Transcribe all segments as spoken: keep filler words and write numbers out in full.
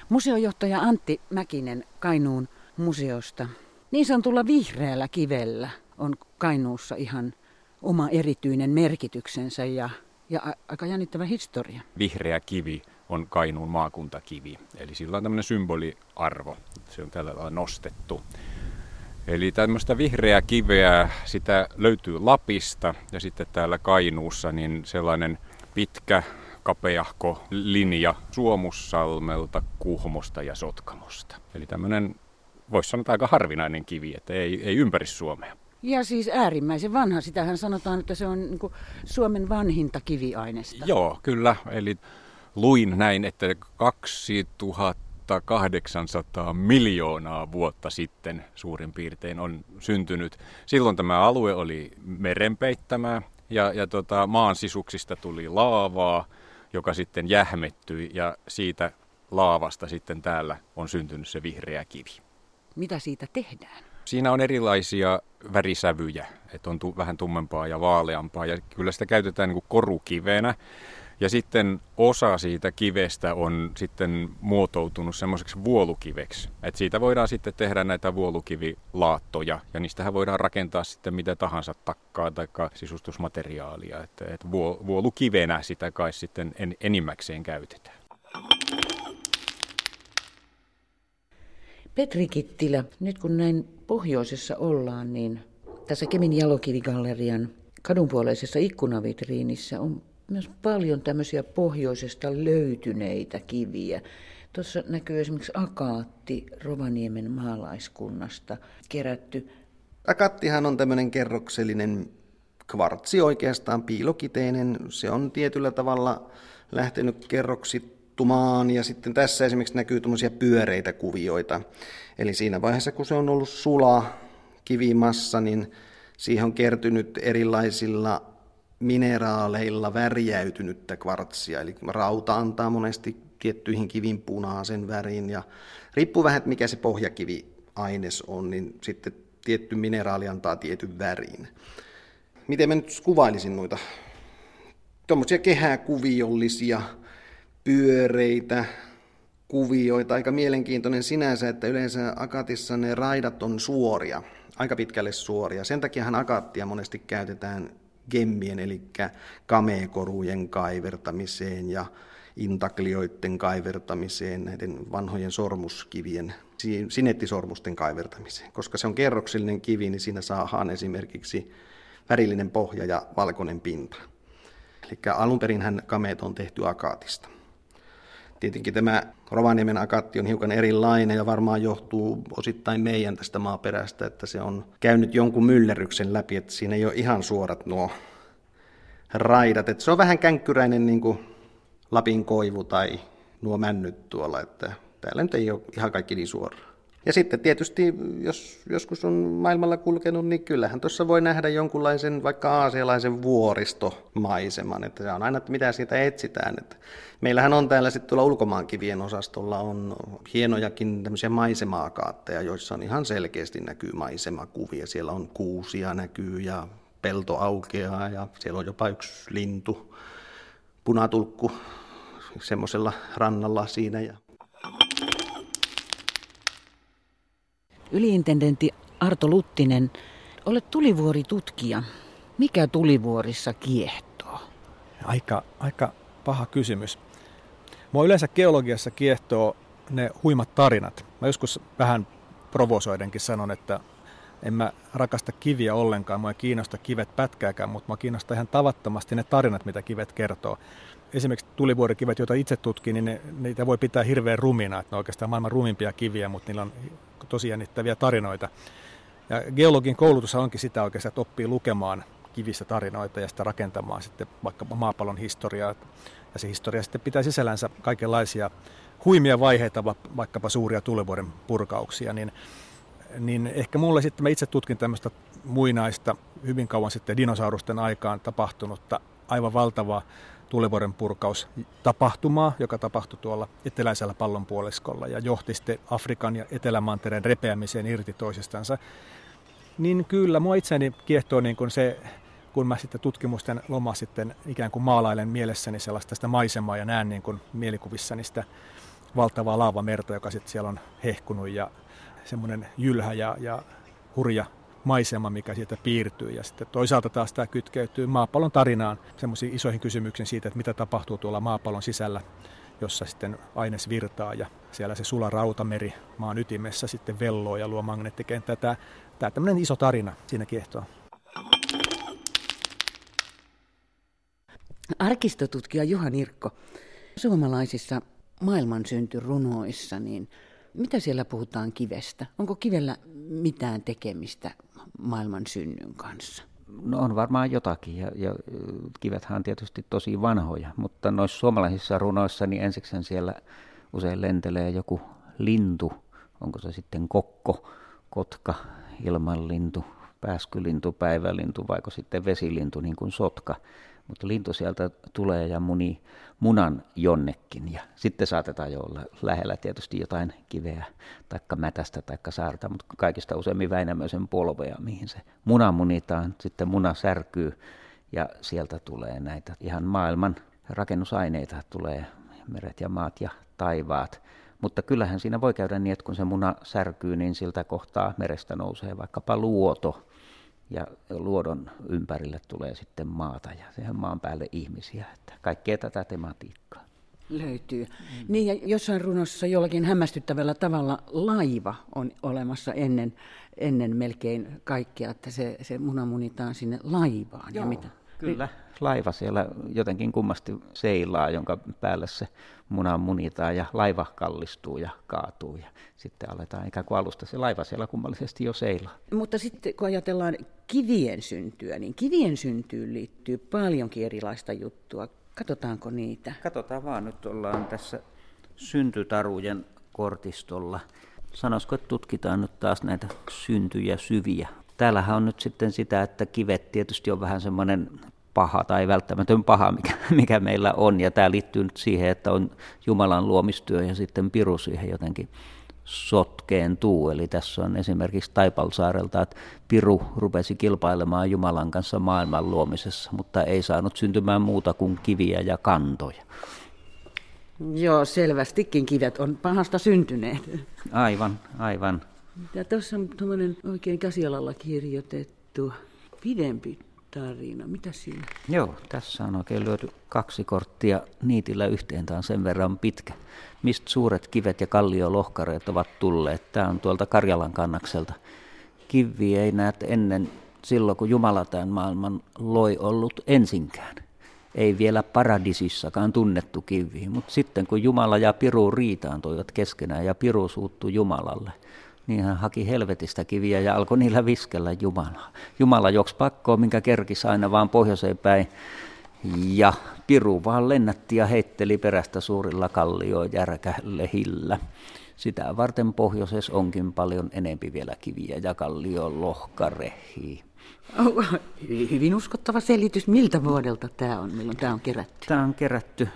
Museojohtaja Antti Mäkinen Kainuun museosta. Niin sanotulla vihreällä kivellä on Kainuussa ihan oma erityinen merkityksensä ja, ja a- aika jännittävä historia. Vihreä kivi on Kainuun maakuntakivi, eli sillä on tämmöinen symboliarvo. Se on tällä lailla nostettu. Eli tämmöistä vihreää kiveä, sitä löytyy Lapista ja sitten täällä Kainuussa niin sellainen pitkä, kapeahko linja Suomussalmelta, Kuhmosta ja Sotkamosta. Eli tämmöinen, voisi sanoa aika harvinainen kivi, että ei, ei ympäri Suomea. Ja siis äärimmäisen vanha. Sitähän sanotaan, että se on niin kuin Suomen vanhinta kiviainesta. Joo, kyllä. Eli luin näin, että kaksituhattakahdeksansataa miljoonaa vuotta sitten suurin piirtein on syntynyt. Silloin tämä alue oli merenpeittämää ja, ja tota, maan sisuksista tuli laavaa, joka sitten jähmettyi ja siitä laavasta sitten täällä on syntynyt se vihreä kivi. Mitä siitä tehdään? Siinä on erilaisia värisävyjä, että on tu- vähän tummempaa ja vaaleampaa ja kyllä sitä käytetään niin kuin korukivenä. Ja sitten osa siitä kivestä on sitten muotoutunut semmoiseksi vuolukiveksi. Että siitä voidaan sitten tehdä näitä vuolukivilaattoja ja niistähän voidaan rakentaa sitten mitä tahansa takkaa tai sisustusmateriaalia. Että, että vuolukivenä sitä kai sitten en, enimmäkseen käytetään. Petri Kittilä, nyt kun näin pohjoisessa ollaan, niin tässä Kemin Jalokivigallerian kadunpuoleisessa ikkunavitriinissä on myös paljon tämmöisiä pohjoisesta löytyneitä kiviä. Tuossa näkyy esimerkiksi akaatti Rovaniemen maalaiskunnasta kerätty. Akaattihan on tämmöinen kerroksellinen kvartsi oikeastaan, piilokiteinen. Se on tietyllä tavalla lähtenyt kerroksittumaan ja sitten tässä esimerkiksi näkyy tämmöisiä pyöreitä kuvioita. Eli siinä vaiheessa, kun se on ollut sula kivimassa, niin siihen on kertynyt erilaisilla mineraaleilla värjäytynyttä kvartsia, eli rauta antaa monesti tiettyihin kivin punaisen värin, ja riippuu vähän, että mikä se pohjakiviaines on, niin sitten tietty mineraali antaa tietyn värin. Miten mä nyt kuvailisin noita? Tuommoisia kehäkuviollisia, pyöreitä kuvioita, aika mielenkiintoinen sinänsä, että yleensä akaatissa ne raidat on suoria, aika pitkälle suoria. Sen takiahan akaattia monesti käytetään gemmien, eli kamekorujen kaivertamiseen ja intaklioiden kaivertamiseen, näiden vanhojen sormuskivien, sinettisormusten kaivertamiseen. Koska se on kerroksellinen kivi, niin siinä saadaan esimerkiksi värillinen pohja ja valkoinen pinta. Eli alun perinhän kameet on tehty akaatista. Tietenkin tämä Rovaniemen akaatti on hiukan erilainen ja varmaan johtuu osittain meidän tästä maaperästä, että se on käynyt jonkun myllerryksen läpi, että siinä ei ole ihan suorat nuo raidat. Että se on vähän känkkyräinen niin kuin Lapin koivu tai nuo männyt tuolla, että täällä nyt ei ole ihan kaikki niin suoraa. Ja sitten tietysti, jos joskus on maailmalla kulkenut, niin kyllähän tuossa voi nähdä jonkunlaisen vaikka aasialaisen vuoristomaiseman, että se on aina, että mitä siitä etsitään. Että meillähän on täällä sitten tuolla ulkomaankivien osastolla on hienojakin tämmöisiä maisema-akaatteja, joissa on ihan selkeästi näkyy maisemakuvia. Siellä on kuusia näkyy ja pelto aukeaa ja siellä on jopa yksi lintu, punatulkku semmoisella rannalla siinä. Ja Yliintendentti Arto Luttinen, olet tulivuoritutkija. Mikä tulivuorissa kiehtoo? Aika, aika paha kysymys. Mua yleensä geologiassa kiehtoo ne huimat tarinat. Mä joskus vähän provosoidenkin sanon, että en mä rakasta kiviä ollenkaan. Mua ei kiinnosta kivet pätkääkään, mutta mua kiinnostaa ihan tavattomasti ne tarinat, mitä kivet kertoo. Esimerkiksi tulivuorikivet, joita itse tutkin, niin ne, niitä voi pitää hirveän rumina. Että ne on oikeastaan maailman rumimpia kiviä, mutta niillä on tosi jännittäviä tarinoita. Ja geologin koulutus onkin sitä oikeastaan, että oppii lukemaan kivistä tarinoita ja sitä rakentamaan sitten vaikka maapallon historiaa. Ja se historia sitten pitää sisällänsä kaikenlaisia huimia vaiheita, vaikkapa suuria tulivuoren purkauksia. Niin, niin ehkä mulle sitten, mä itse tutkin tämmöistä muinaista, hyvin kauan sitten dinosaurusten aikaan tapahtunutta aivan valtavaa tulivuoren purkaustapahtumaa, joka tapahtui tuolla eteläisellä pallonpuoliskolla ja johti sitten Afrikan ja Etelämantereen repeämiseen irti toisistansa. Niin kyllä, mua itseäni kiehtoo niin kuin se, kun mä sitten tutkimusten loma sitten ikään kuin maalailen mielessäni sellaista sitä maisemaa ja näen niin kuin mielikuvissani sitä valtavaa laavamerta, joka sitten siellä on hehkunut ja semmoinen jylhä ja, ja hurja maisema, mikä sieltä piirtyy. Ja sitten toisaalta taas tämä kytkeytyy maapallon tarinaan, semmoisiin isoihin kysymyksiin siitä, että mitä tapahtuu tuolla maapallon sisällä, jossa sitten aines virtaa ja siellä se sula rautameri maan ytimessä sitten velloo ja luo magneettikenttää. Tämä, tämä tämmöinen iso tarina siinä kiehtoo. Arkistotutkija Juha Nirkko, suomalaisissa maailmansyntyrunoissa, niin mitä siellä puhutaan kivestä? Onko kivellä mitään tekemistä maailman synnyn kanssa? No on varmaan jotakin, ja, ja kivethän on tietysti tosi vanhoja, mutta noissa suomalaisissa runoissa niin ensiksi siellä usein lentelee joku lintu, onko se sitten kokko, kotka, ilmanlintu, pääskylintu, päivälintu, vaiko sitten vesilintu niin kuin sotka. Mutta lintu sieltä tulee ja muni munan jonnekin, ja sitten saatetaan jo olla lähellä tietysti jotain kiveä, taikka mätästä, taikka saarta, mutta kaikista useimmin Väinämöisen polvea, mihin se muna munitaan, sitten muna särkyy, ja sieltä tulee näitä ihan maailman rakennusaineita, tulee meret ja maat ja taivaat. Mutta kyllähän siinä voi käydä niin, että kun se muna särkyy, niin siltä kohtaa merestä nousee vaikkapa luoto, ja luodon ympärille tulee sitten maata ja siihen maan päälle ihmisiä. Että kaikkea tätä tematiikkaa löytyy. Mm. Niin, ja jossain runossa jollakin hämmästyttävällä tavalla laiva on olemassa ennen, ennen melkein kaikkea, että se, se muna munitaan sinne laivaan. Joo, ja mitä? Kyllä, laiva siellä jotenkin kummasti seilaa, jonka päälle se muna munitaan ja laiva kallistuu ja kaatuu ja sitten aletaan ikään kuin alusta se laiva siellä kummallisesti jo seilaa. Mutta sitten kun ajatellaan kivien syntyä, niin kivien syntyyn liittyy paljonkin erilaista juttua. Katsotaanko niitä? Katsotaan vaan, nyt ollaan tässä syntytarujen kortistolla. Sanoisiko, että tutkitaan nyt taas näitä syntyjä syviä. Täällähän on nyt sitten sitä, että kivet tietysti on vähän semmoinen paha tai välttämätön paha, mikä, mikä meillä on. Ja tämä liittyy nyt siihen, että on Jumalan luomistyö ja sitten piru siihen jotenkin sotkeentuu. Eli tässä on esimerkiksi Taipalsaarelta, että piru rupesi kilpailemaan Jumalan kanssa maailman luomisessa, mutta ei saanut syntymään muuta kuin kiviä ja kantoja. Joo, selvästikin kivet on pahasta syntyneet. Aivan, aivan. Ja tuossa on tuommoinen oikein käsialalla kirjoitettu pidempi tarina. Mitä siinä? Joo, tässä on oikein lyöty kaksi korttia niitillä yhteen. Tämä on sen verran pitkä. Mistä suuret kivet ja kalliolohkareet ovat tulleet? Tämä on tuolta Karjalan kannakselta. Kivi ei näet ennen silloin, kun Jumala tämän maailman loi, ollut ensinkään. Ei vielä paradisissakaan tunnettu kivi, mutta sitten kun Jumala ja piru riitaantuivat keskenään ja piru suuttui Jumalalle, niin hän haki helvetistä kiviä ja alkoi niillä viskellä Jumalaa. Jumala juoksi pakkoon, minkä kerkisi aina vaan pohjoiseen päin. Ja piru vaan lennätti ja heitteli perästä suurilla kalliojärkälehillä. Sitä varten pohjoisessa onkin paljon enempi vielä kiviä ja kalliolohkarehia. Oh, hyvin uskottava selitys. Miltä vuodelta tämä on, milloin tämä on kerätty? Tämä on kerätty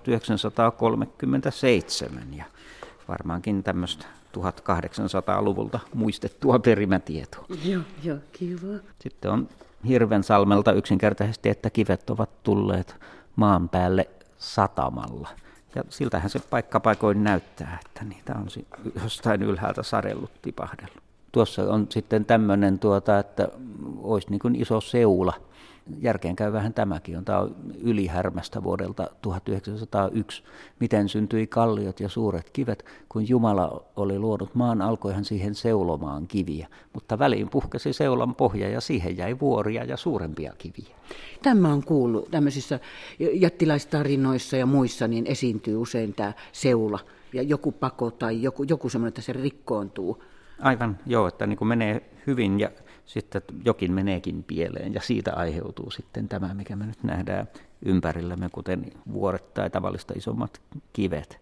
tuhatyhdeksänsataakolmekymmentäseitsemän ja varmaankin tämmöistä tuhatkahdeksansataaluvulta muistettua perimätietoa. Joo, joo, kiva. Sitten on Hirvensalmelta yksinkertaisesti, että kivet ovat tulleet maan päälle satamalla. Ja siltähän se paikkapaikoin näyttää, että niitä on jostain ylhäältä sadellut, tipahdellut. Tuossa on sitten tämmöinen, tuota, että olisi niin kuin iso seula. Järkeenkäyvähän tämäkin on. Tämä on Ylihärmästä vuodelta tuhatyhdeksänsataayksi. Miten syntyi kalliot ja suuret kivet, kun Jumala oli luonut maan, alkoihan siihen seulomaan kiviä. Mutta väliin puhkesi seulan pohja ja siihen jäi vuoria ja suurempia kiviä. Tämä on kuullut tämmöisissä jättiläistarinoissa ja muissa, niin esiintyy usein tämä seula ja joku pako tai joku, joku semmoinen, että se rikkoontuu. Aivan, joo, että niin kuin menee hyvin ja sitten jokin meneekin pieleen ja siitä aiheutuu sitten tämä, mikä me nyt nähdään ympärillämme, kuten vuoret tai tavallista isommat kivet.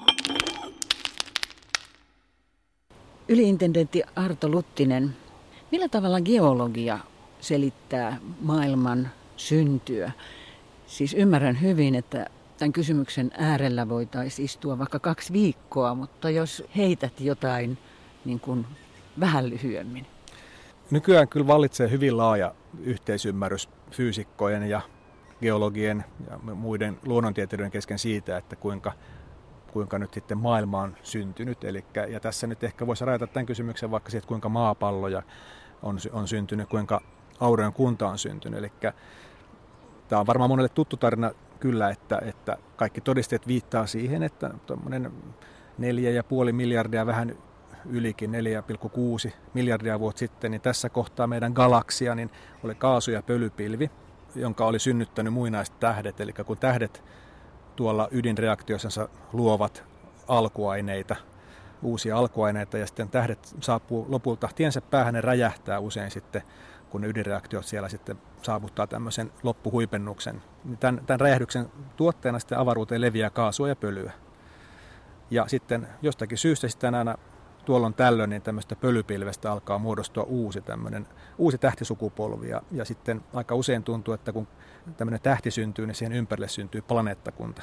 Yliintendentti Arto Luttinen, millä tavalla geologia selittää maailman syntyä? Siis ymmärrän hyvin, että tämän kysymyksen äärellä voitaisiin istua vaikka kaksi viikkoa, mutta jos heität jotain niin kuin vähän lyhyemmin. Nykyään kyllä vallitsee hyvin laaja yhteisymmärrys fyysikkojen ja geologien ja muiden luonnontieteilijöiden kesken siitä, että kuinka kuinka nyt sitten maailma on syntynyt. Elikkä, ja tässä nyt ehkä voisi rajata tämän kysymyksen vaikka siitä, kuinka maapalloja on, on syntynyt, kuinka auringon kunta on syntynyt. Elikkä tämä on varmaan monelle tuttu tarina kyllä, että, että kaikki todisteet viittaa siihen, että tuommoinen neljä ja puoli miljardia vähän ylikin neljä pilkku kuusi miljardia vuotta sitten, niin tässä kohtaa meidän galaksia niin oli kaasu- ja pölypilvi, jonka oli synnyttänyt muinaiset tähdet. Eli kun tähdet tuolla ydinreaktioissa luovat alkuaineita, uusia alkuaineita, ja sitten tähdet saapuu lopulta tiensä päähän, ne räjähtää usein sitten, kun ne ydinreaktiot siellä sitten saavuttaa tämmöisen loppuhuipennuksen. Tämän, tämän räjähdyksen tuotteena sitten avaruuteen leviää kaasua ja pölyä. Ja sitten jostakin syystä sitten aina tuolloin tällöin niin tämmöistä pölypilvestä alkaa muodostua uusi tämmöinen uusi tähtisukupolvi. Ja, ja sitten aika usein tuntuu, että kun tämmöinen tähti syntyy, niin siihen ympärille syntyy planeettakunta.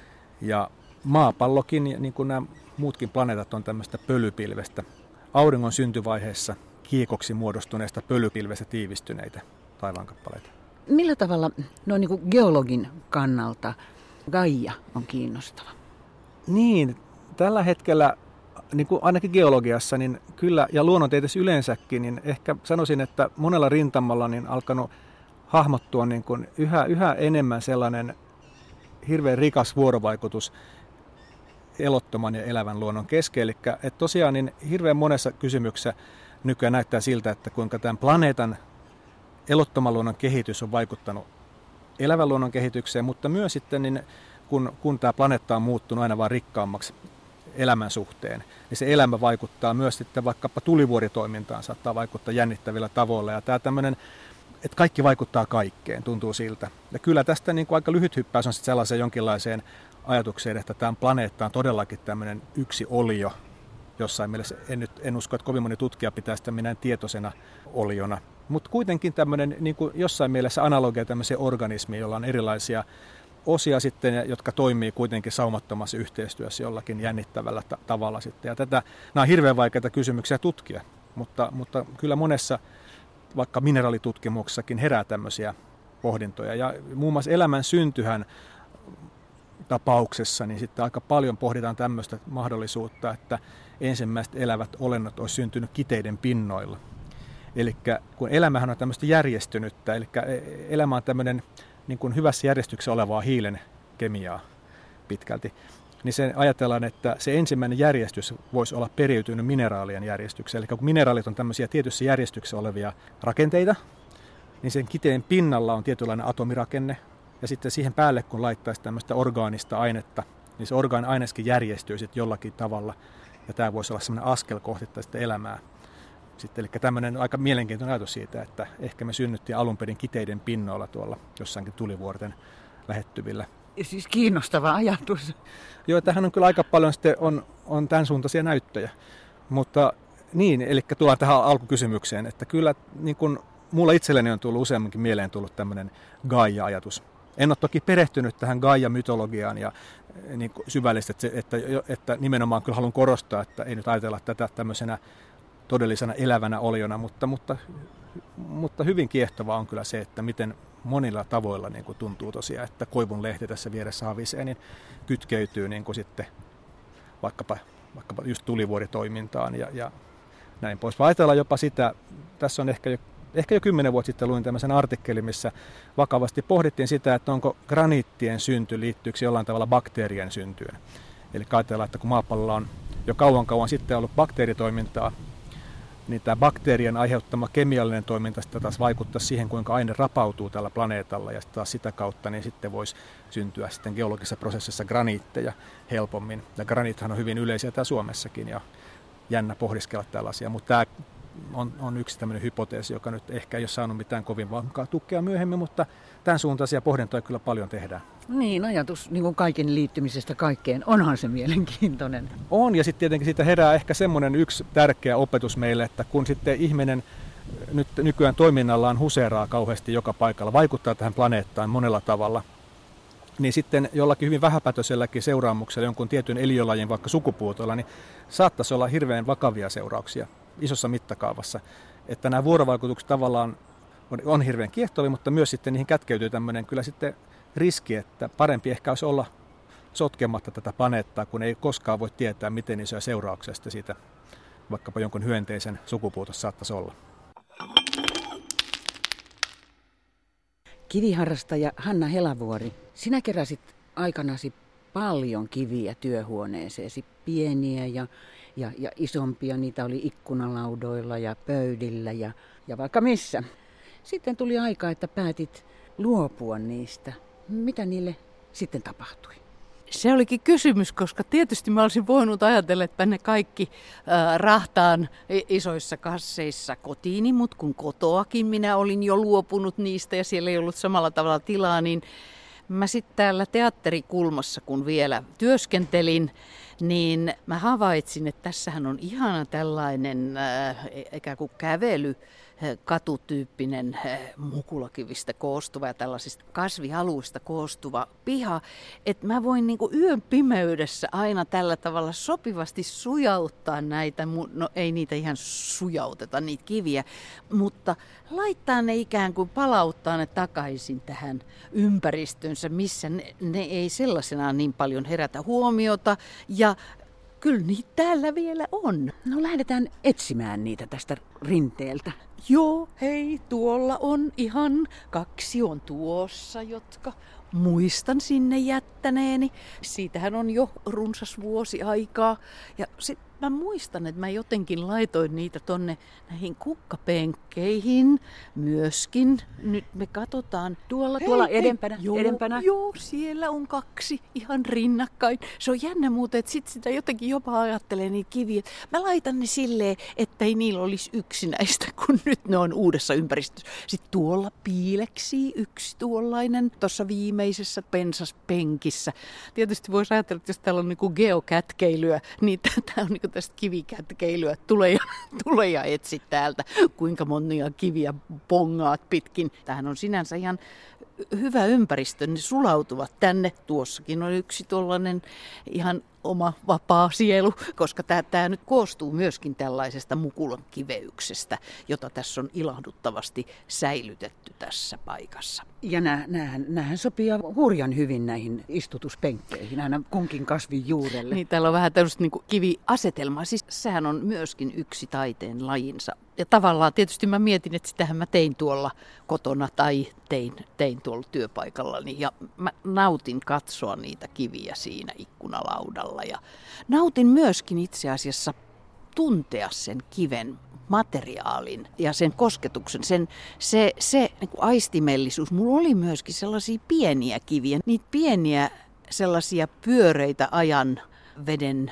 Ja maapallokin, niin kuin nämä muutkin planeetat, on tämmöistä pölypilvestä. Auringon syntyvaiheessa kiikoksi muodostuneesta pölypilvestä tiivistyneitä taivaankappaleita. Millä tavalla noin niin kuin geologin kannalta Gaia on kiinnostava? Niin, tällä hetkellä niin kuin ainakin geologiassa niin kyllä, ja luonnontieteessä yleensäkin, niin ehkä sanoisin, että monella rintamalla niin alkanut hahmottua niin kuin yhä, yhä enemmän sellainen hirveän rikas vuorovaikutus elottoman ja elävän luonnon kesken. Eli että tosiaan niin hirveän monessa kysymyksessä nykyään näyttää siltä, että kuinka tämän planeetan elottoman luonnon kehitys on vaikuttanut elävän luonnon kehitykseen, mutta myös sitten niin kun, kun tämä planeetta on muuttunut aina vaan rikkaammaksi elämän suhteen, niin se elämä vaikuttaa myös sitten vaikkapa tulivuoritoimintaan, saattaa vaikuttaa jännittävillä tavoilla. Ja tämä tämmöinen, että kaikki vaikuttaa kaikkeen, tuntuu siltä. Ja kyllä tästä niin kuin aika lyhyt hyppäys on sitten sellaiseen jonkinlaiseen ajatukseen, että tämä planeetta on todellakin tämmöinen yksi olio. Jossain mielessä en, nyt, en usko, että kovin moni tutkija pitää sitä minään tietoisena oliona. Mutta kuitenkin tämmöinen niin kuin jossain mielessä analogia tämmöiseen organismiin, jolla on erilaisia osia sitten, jotka toimii kuitenkin saumattomassa yhteistyössä jollakin jännittävällä ta- tavalla sitten. Ja tätä, nämä on hirveän vaikeita kysymyksiä tutkia, mutta, mutta kyllä monessa vaikka mineraalitutkimuksessakin herää tämmöisiä pohdintoja. Ja muun muassa elämän syntyhän tapauksessa niin sitten aika paljon pohditaan tämmöistä mahdollisuutta, että ensimmäiset elävät olennot olisi syntynyt kiteiden pinnoilla. Eli kun elämähän on tämmöistä järjestynyttä, eli elämä on tämmöinen niin kuin hyvässä järjestyksessä olevaa hiilen kemiaa pitkälti, niin se ajatellaan, että se ensimmäinen järjestys voisi olla periytynyt mineraalien järjestykseen. Eli kun mineraalit on tämmöisiä tietyssä järjestyksessä olevia rakenteita, niin sen kiteen pinnalla on tietynlainen atomirakenne, ja sitten siihen päälle, kun laittaisi tämmöistä orgaanista ainetta, niin se orgaaninen aineskin järjestyy sitten jollakin tavalla, ja tämä voisi olla semmoinen askel kohti tästä elämää. Sitten, eli tämmöinen aika mielenkiintoinen ajatus siitä, että ehkä me synnyttiin alun perin kiteiden pinnoilla tuolla jossakin tulivuorten lähettyvillä. Siis kiinnostava ajatus. Joo, tähän on kyllä aika paljon sitten on, on tämän suuntaisia näyttöjä. Mutta niin, eli tullaan tähän alkukysymykseen, että kyllä niin kuin mulla itselleni on tullut useamminkin mieleen tullut tämmöinen Gaia-ajatus. En ole toki perehtynyt tähän Gaia-mytologiaan ja niin kuin syvällisesti, että, että, että nimenomaan kyllä haluan korostaa, että ei nyt ajatella tätä tämmöisenä todellisena elävänä oliona, mutta, mutta, mutta hyvin kiehtovaa on kyllä se, että miten monilla tavoilla niin kuin tuntuu tosiaan, että koivun lehti tässä vieressä havisee, niin kytkeytyy niin kuin sitten vaikkapa, vaikkapa just tulivuoritoimintaan ja, ja näin pois. Ajatellaan jopa sitä, tässä on ehkä jo, ehkä jo kymmenen vuotta sitten luin tämmöisen artikkelin, missä vakavasti pohdittiin sitä, että onko graniittien synty liittyykö jollain tavalla bakteerien syntyyn. Eli ajatellaan, että kun maapallolla on jo kauan kauan sitten ollut bakteeritoimintaa, niin tämä bakteerien aiheuttama kemiallinen toiminta sitä taas vaikuttaa siihen, kuinka aine rapautuu tällä planeetalla, ja taas sitä kautta niin sitten voisi syntyä sitten geologisessa prosessissa graniitteja helpommin. Ja graniithan on hyvin yleisiä täällä Suomessakin, ja jännä pohdiskella tällaisia, mutta tämä on, on yksi tämmöinen hypoteesi, joka nyt ehkä ei ole saanut mitään kovin vankkaa tukea myöhemmin, mutta tämän suuntaisia pohdintoja kyllä paljon tehdään. Niin, ajatus niin kuin kaiken liittymisestä kaikkeen, onhan se mielenkiintoinen. On, ja sitten tietenkin siitä herää ehkä semmoinen yksi tärkeä opetus meille, että kun sitten ihminen nyt nykyään toiminnallaan huseeraa kauheasti joka paikalla, vaikuttaa tähän planeettaan monella tavalla, niin sitten jollakin hyvin vähäpätöiselläkin seuraamuksella jonkun tietyn eliölajin vaikka sukupuutolla, niin saattaisi olla hirveän vakavia seurauksia isossa mittakaavassa. Että nämä vuorovaikutukset tavallaan on, on hirveän kiehtovia, mutta myös sitten niihin kätkeytyy tämmöinen kyllä sitten riski, että parempi ehkä olisi olla sotkematta tätä planeettaa, kun ei koskaan voi tietää, miten isoja seurauksia siitä vaikkapa jonkun hyönteisen sukupuutos saattaisi olla. Kiviharrastaja Hanna Helavuori, sinä keräsit aikanasi paljon kiviä työhuoneeseesi, pieniä ja, ja, ja isompia, niitä oli ikkunalaudoilla ja pöydillä ja, ja vaikka missä. Sitten tuli aika, että päätit luopua niistä. Mitä niille sitten tapahtui? Se olikin kysymys, koska tietysti mä olisin voinut ajatella, että ne kaikki äh, rahtaan isoissa kasseissa kotiini, mutta kun kotoakin minä olin jo luopunut niistä ja siellä ei ollut samalla tavalla tilaa, niin mä sitten täällä teatterikulmassa, kun vielä työskentelin, niin mä havaitsin, että tässähän on ihana tällainen äh, ikään kuin kävely, katutyyppinen mukulakivistä koostuva ja tällaisista kasvialuista koostuva piha, että mä voin niinku yön pimeydessä aina tällä tavalla sopivasti sujauttaa näitä, no ei niitä ihan sujauteta niitä kiviä, mutta laittaa ne ikään kuin palauttaa ne takaisin tähän ympäristönsä, missä ne, ne ei sellaisenaan niin paljon herätä huomiota ja kyllä niitä täällä vielä on. No lähdetään etsimään niitä tästä rinteeltä. Joo, hei, tuolla on ihan kaksi on tuossa, jotka muistan sinne jättäneeni. Siitähän on jo runsas vuosi aikaa. Ja sitten mä muistan, että mä jotenkin laitoin niitä tonne näihin kukkapenkkeihin myöskin. Nyt me katsotaan tuolla. Hei, tuolla hei, edempänä, joo, edempänä. Joo, siellä on kaksi ihan rinnakkain. Se on jännä muuten, että sit sitä jotenkin jopa ajattelee niitä kiviä. Mä laitan ne silleen, että ei niillä olisi yksinäistä, kun nyt ne on uudessa ympäristössä. Sitten tuolla piileksii yksi tuollainen tuossa viimeisessä pensaspenkissä. Tietysti voisi ajatella, että jos täällä on niinku geokätkeilyä, niin tämä on niinku tästä kivikätkeilyä. Tule ja, tule ja etsi täältä, kuinka monia kiviä pongaat pitkin. Tämähän on sinänsä ihan hyvä ympäristö, ne sulautuvat tänne. Tuossakin on yksi tuollainen ihan oma vapaa sielu, koska tämä, tämä nyt koostuu myöskin tällaisesta mukulan kiveyksestä, jota tässä on ilahduttavasti säilytetty tässä paikassa. Ja näähän, näähän sopii hurjan hyvin näihin istutuspenkkeihin, aina kunkin kasvin juurelle. Niin, täällä on vähän tällaista niin kuin kiviasetelmaa. Siis sehän on myöskin yksi taiteen lajinsa. Ja tavallaan tietysti mä mietin, että sitähän mä tein tuolla kotona tai tein, tein tuolla työpaikallani. Ja mä nautin katsoa niitä kiviä siinä ikkunalaudalla. Ja nautin myöskin itse asiassa tuntea sen kiven materiaalin ja sen kosketuksen, sen, se, se niin kuin aistimellisuus. Mulla oli myöskin sellaisia pieniä kiviä, niitä pieniä sellaisia pyöreitä ajan veden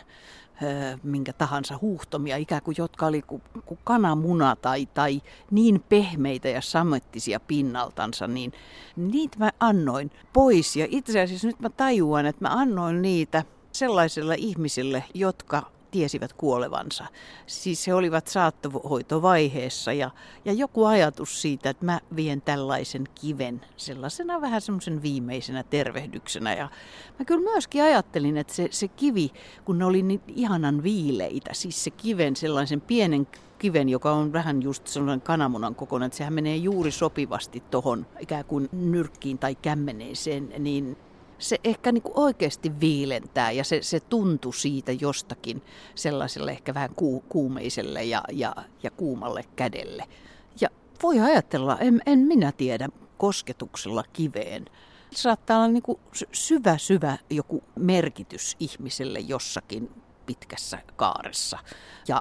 minkä tahansa huuhtomia, ikään kuin jotka oli kuin, kuin kananmuna tai, tai niin pehmeitä ja samettisia pinnaltansa, niin niitä mä annoin pois. Ja itse asiassa nyt mä tajuan, että mä annoin niitä sellaisille ihmisille, jotka tiesivät kuolevansa. Siis he olivat saattohoitovaiheessa ja, ja joku ajatus siitä, että mä vien tällaisen kiven sellaisena vähän semmoisen viimeisenä tervehdyksenä. Ja mä kyllä myöskin ajattelin, että se, se kivi, kun ne oli niin ihanan viileitä, siis se kiven sellaisen pienen kiven, joka on vähän just sellainen kananmunan kokoinen, että sehän menee juuri sopivasti tohon ikään kuin nyrkkiin tai kämmeneeseen, niin se ehkä niin kuin oikeasti viilentää ja se, se tuntui siitä jostakin sellaiselle ehkä vähän ku, kuumeiselle ja, ja, ja kuumalle kädelle. Ja voi ajatella, en, en minä tiedä, kosketuksella kiveen. Saattaa olla niin kuin syvä, syvä joku merkitys ihmiselle jossakin pitkässä kaaressa. Ja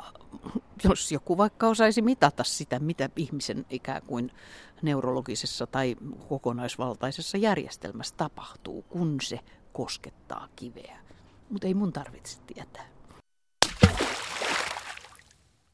jos joku vaikka osaisi mitata sitä, mitä ihmisen ikään kuin neurologisessa tai kokonaisvaltaisessa järjestelmässä tapahtuu, kun se koskettaa kiveä. Mutta ei mun tarvitse tietää.